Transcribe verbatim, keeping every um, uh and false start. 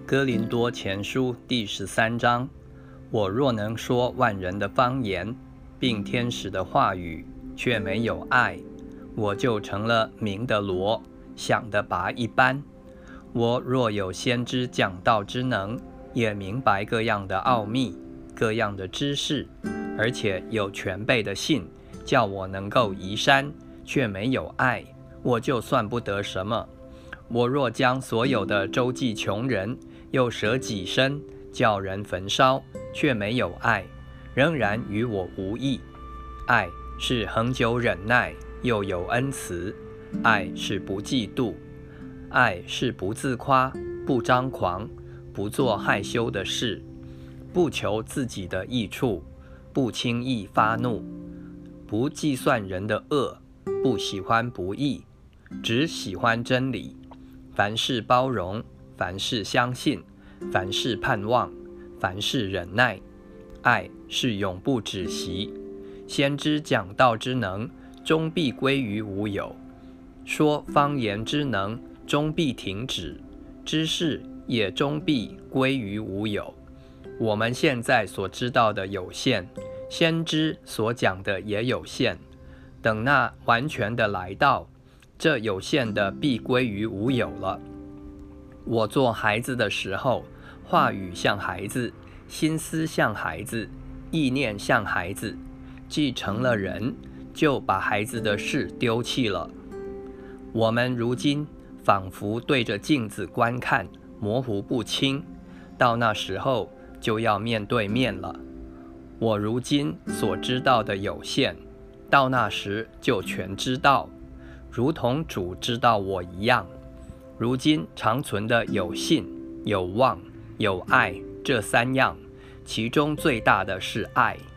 哥林多前书第十三章：我若能说万人的方言，并天使的话语，却没有爱，我就成了鸣的锣，响的钹一般。我若有先知讲道之能，也明白各样的奥秘，各样的知识，而且有全备的信，叫我能够移山，却没有爱，我就算不得什么。我若将所有的周济穷人，又舍己身，叫人焚烧，却没有爱，仍然与我无益。爱是恒久忍耐，又有恩慈；爱是不嫉妒；爱是不自夸，不张狂，不做害羞的事，不求自己的益处，不轻易发怒，不计算人的恶，不喜欢不义，只喜欢真理。凡事包容，凡事相信，凡事盼望，凡事忍耐。爱是永不止息。先知讲道之能，终必归于无有；说方言之能，终必停止；知识也终必归于无有。我们现在所知道的有限，先知所讲的也有限。等那完全的来到，这有限的必归于无有了。我做孩子的时候，话语像孩子，心思像孩子，意念像孩子。既成了人，就把孩子的事丢弃了。我们如今仿佛对着镜子观看，模糊不清，到那时候就要面对面了。我如今所知道的有限，到那时就全知道，如同主知道我一样。如今长存的有信、有望、有爱，这三样，其中最大的是爱。